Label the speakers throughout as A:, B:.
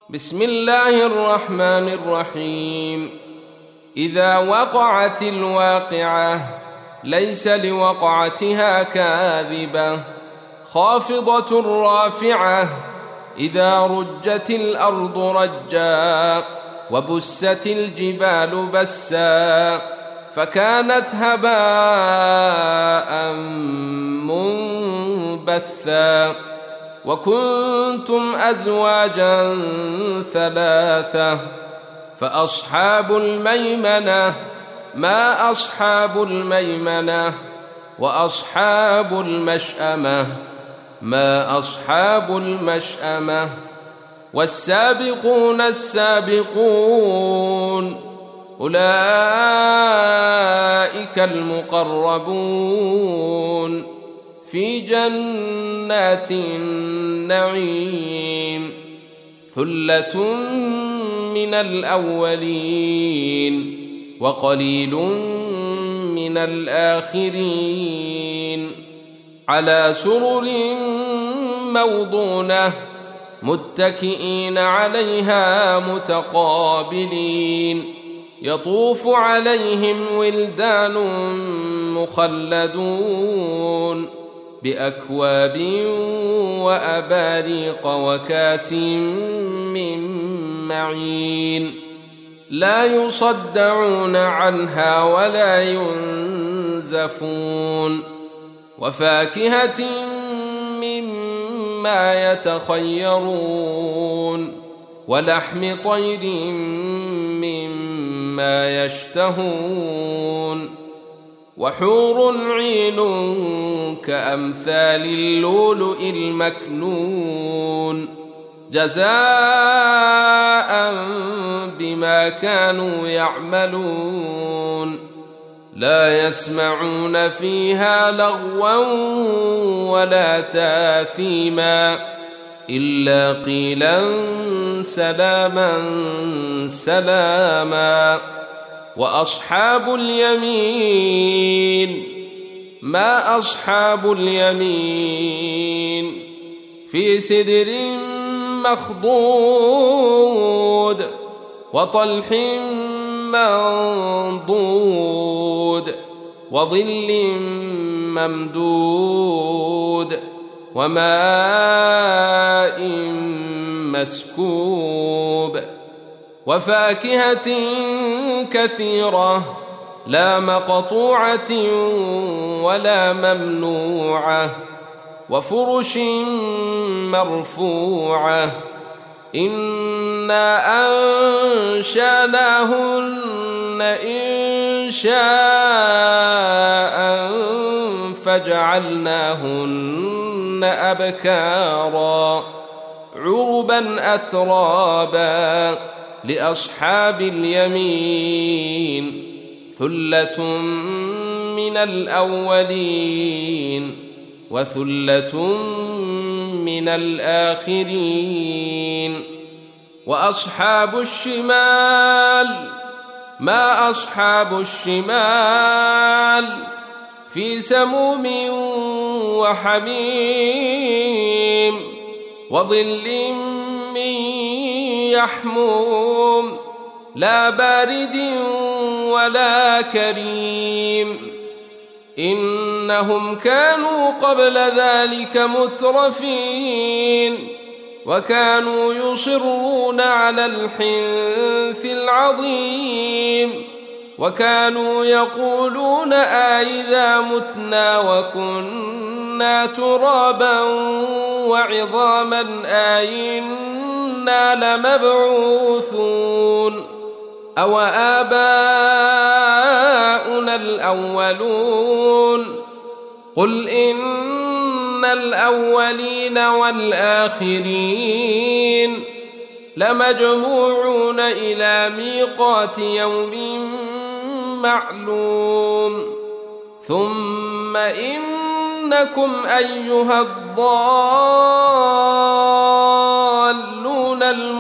A: بسم الله الرحمن الرحيم. إذا وقعت الواقعة ليس لوقعتها كاذبة خافضة رافعة إذا رجت الأرض رجا وبست الجبال بسا فكانت هباء منبثا وكنتم أزواجا ثلاثة فأصحاب الميمنة ما أصحاب الميمنة وأصحاب المشأمة ما أصحاب المشأمة والسابقون السابقون أولئك المقربون في جنات النعيم ثلة من الأولين وقليل من الآخرين على سرر موضونة متكئين عليها متقابلين يطوف عليهم ولدان مخلدون بأكواب وأباريق وكاس من معين لا يصدعون عنها ولا ينزفون وفاكهة مما يتخيرون ولحم طير مما يشتهون وحور عين كأمثال اللؤلؤ المكنون جزاء بما كانوا يعملون لا يسمعون فيها لغوا ولا تاثيما إلا قيلا سلاما سلاما وأصحاب اليمين ما أصحاب اليمين في سدر مخضود وطلح منضود وظل ممدود وماء مسكوب وفاكهة كثيرة لا مقطوعة ولا ممنوعة وفرش مرفوعة إنا أنشأناهن إنشاء فجعلناهن أبكارا عربا أترابا لأصحاب اليمين ثلة من الأولين وثلة من الآخرين وأصحاب الشمال ما أصحاب الشمال في سموم وحميم وظل من يحموم لا بارد ولا كريم إنهم كانوا قبل ذلك مترفين وكانوا يصرون على الحنث العظيم وكانوا يقولون أإذا متنا وكنا ترابا وعظاما أإنا لمبعوثون أو آباؤنا الأولون قل إن الأولين والآخرين لمجموعون إلى ميقات يوم معلوم ثم إنكم أيها الضالون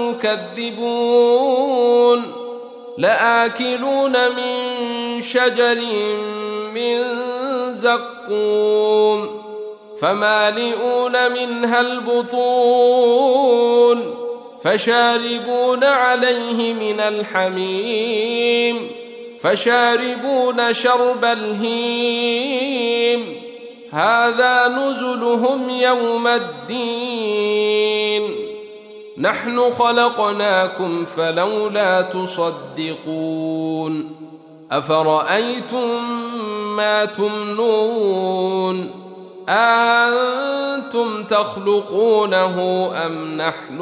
A: المكذبون لآكلون من شجر من زقوم فمالئون منها البطون فشاربون عليه من الحميم فشاربون شرب الهيم هذا نزلهم يوم الدين نحن خلقناكم فلولا تصدقون أفرأيتم ما تمنون أنتم تخلقونه أم نحن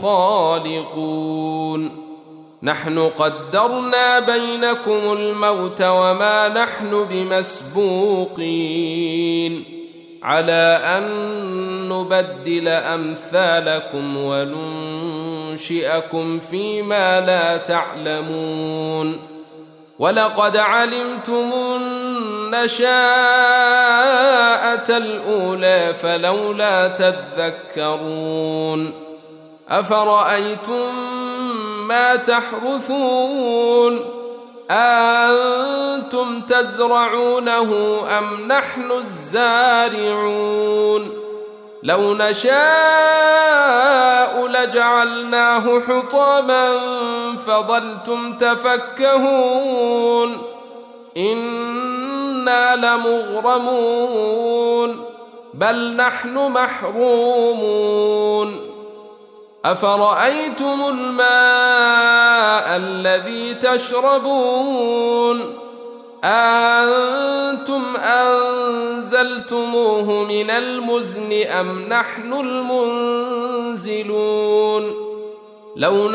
A: الخالقون نحن قدرنا بينكم الموت وما نحن بمسبوقين على أن نبدل أمثالكم وننشئكم فيما لا تعلمون ولقد علمتم النشاءة الأولى فلولا تذكرون أفرأيتم ما تحرثون أنتم تزرعونه أم نحن الزارعون لو نشاء لجعلناه حطاما فظلتم تفكهون إنا لمغرمون بل نحن محرومون أفرأيتم الماء الذي تشربون أنتم أنزلتموه من المزن أم نحن المنزلون لو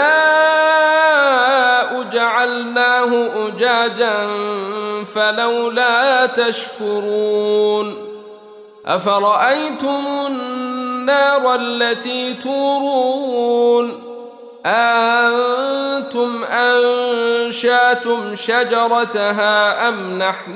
A: نشاء جعلناه أجاجا فلولا تشكرون أفرأيتم النار التي تورون أنتم أنشأتم شجرتها أم نحن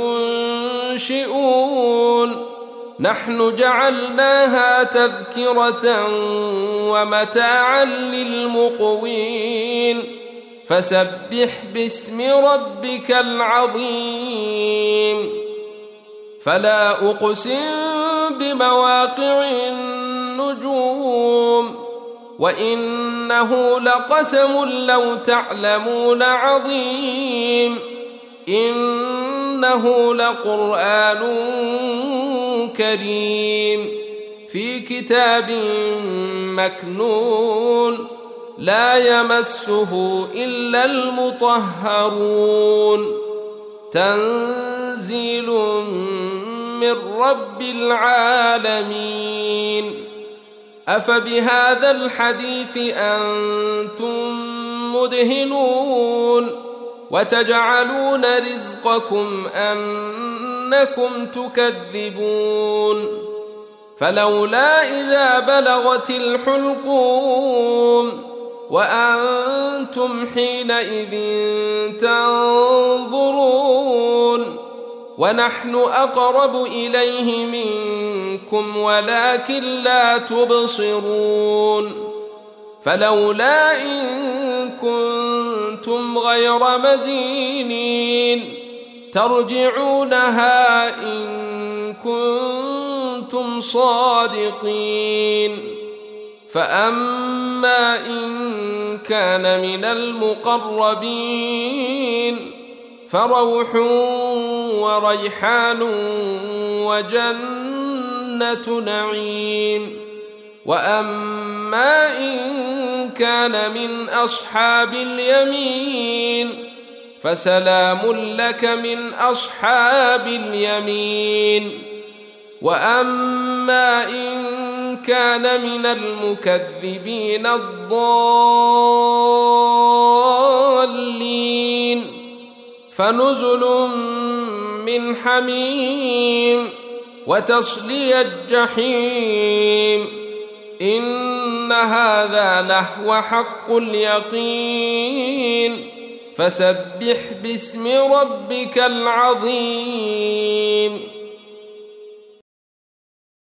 A: المنشئون نحن جعلناها تذكرة ومتاعا للمقوين فسبح باسم ربك العظيم فلا أقسم بمواقع النجوم وإنه لقسم لو تعلمون عظيم إنه لقرآن كريم في كتاب مكنون لا يمسه إلا المطهرون تنزيل من رب العالمين أفبهذا الحديث أنتم مدهنون وتجعلون رزقكم أنكم تكذبون فلولا إذا بلغت الحلقوم وأنتم حينئذ تنظرون ونحن أقرب إليه منكم ولكن لا تبصرون فلولا إن كنتم غير مدينين ترجعونها إن كنتم صادقين فأما إن كان من المقربين فروح وريحان وجنة نعيم وأما إن كان من أصحاب اليمين فسلام لك من أصحاب اليمين وأما إن كان من المكذبين الضالين فنزل من حميم وتصلية جحيم إن هذا لهو حق اليقين فسبح باسم ربك العظيم